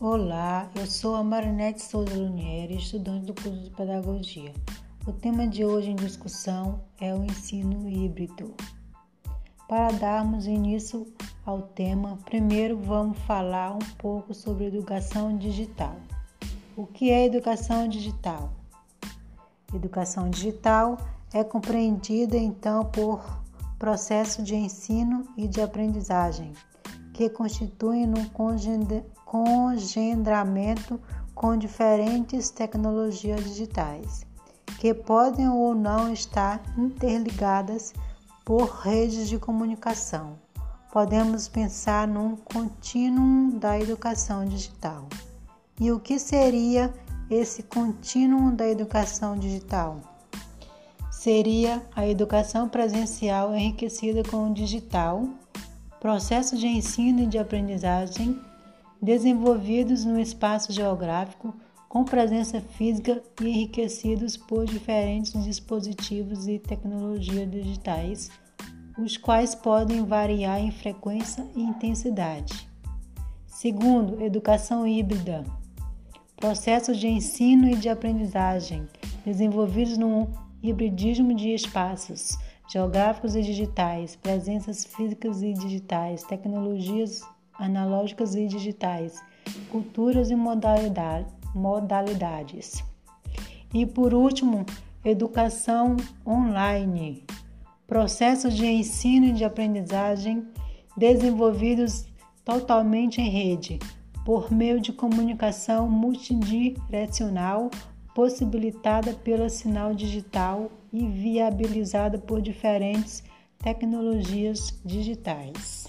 Olá, eu sou a Marinete Souza Lunieri, estudante do curso de Pedagogia. O tema de hoje em discussão é o ensino híbrido. Para darmos início ao tema, primeiro vamos falar um pouco sobre educação digital. O que é educação digital? Educação digital é compreendida então por processo de ensino e de aprendizagem, que constituem um congendramento com diferentes tecnologias digitais, que podem ou não estar interligadas por redes de comunicação. Podemos pensar num contínuo da educação digital. E o que seria esse contínuo da educação digital? Seria a educação presencial enriquecida com o digital, processos de ensino e de aprendizagem desenvolvidos no espaço geográfico com presença física e enriquecidos por diferentes dispositivos e tecnologias digitais, os quais podem variar em frequência e intensidade. Segundo, educação híbrida. Processos de ensino e de aprendizagem desenvolvidos no hibridismo de espaços geográficos e digitais, presenças físicas e digitais, tecnologias analógicas e digitais, culturas e modalidades. E por último, educação online. Processos de ensino e de aprendizagem desenvolvidos totalmente em rede, por meio de comunicação multidirecional, possibilitada pelo sinal digital e viabilizada por diferentes tecnologias digitais.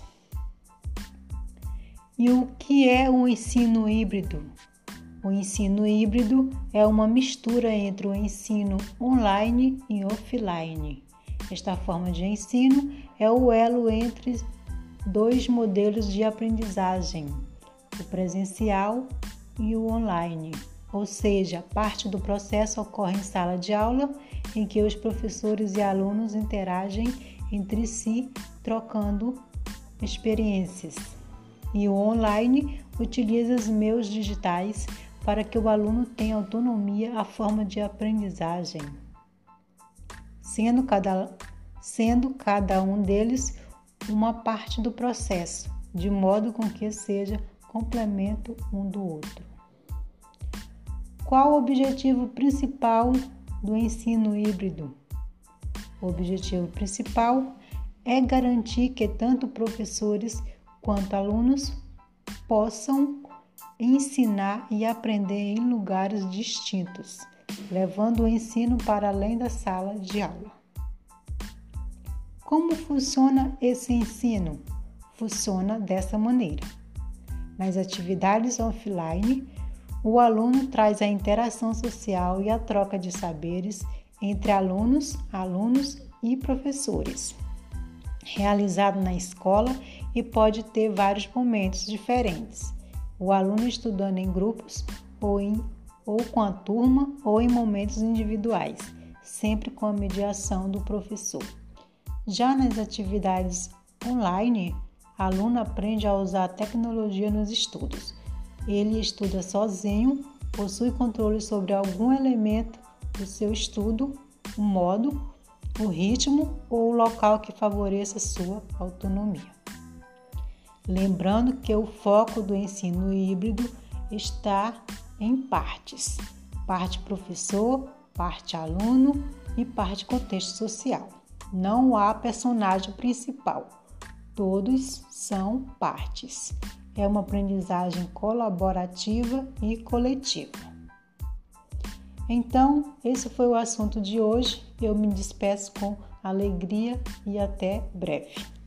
E o que é o ensino híbrido? O ensino híbrido é uma mistura entre o ensino online e offline. Esta forma de ensino é o elo entre dois modelos de aprendizagem, o presencial e o online. Ou seja, parte do processo ocorre em sala de aula, em que os professores e alunos interagem entre si, trocando experiências. E o online utiliza os meios digitais para que o aluno tenha autonomia à forma de aprendizagem, sendo cada um deles uma parte do processo, de modo com que seja complemento um do outro. Qual o objetivo principal do ensino híbrido? O objetivo principal é garantir que tanto professores quanto alunos possam ensinar e aprender em lugares distintos, levando o ensino para além da sala de aula. Como funciona esse ensino? Funciona dessa maneira. Nas atividades offline, o aluno traz a interação social e a troca de saberes entre alunos e professores, realizado na escola e pode ter vários momentos diferentes. O aluno estudando em grupos ou com a turma ou em momentos individuais, sempre com a mediação do professor. Já nas atividades online, o aluno aprende a usar a tecnologia nos estudos. Ele estuda sozinho, possui controle sobre algum elemento do seu estudo, o modo, o ritmo ou o local que favoreça sua autonomia. Lembrando que o foco do ensino híbrido está em partes: parte professor, parte aluno e parte contexto social. Não há personagem principal, todos são partes. É uma aprendizagem colaborativa e coletiva. Então, esse foi o assunto de hoje. Eu me despeço com alegria e até breve.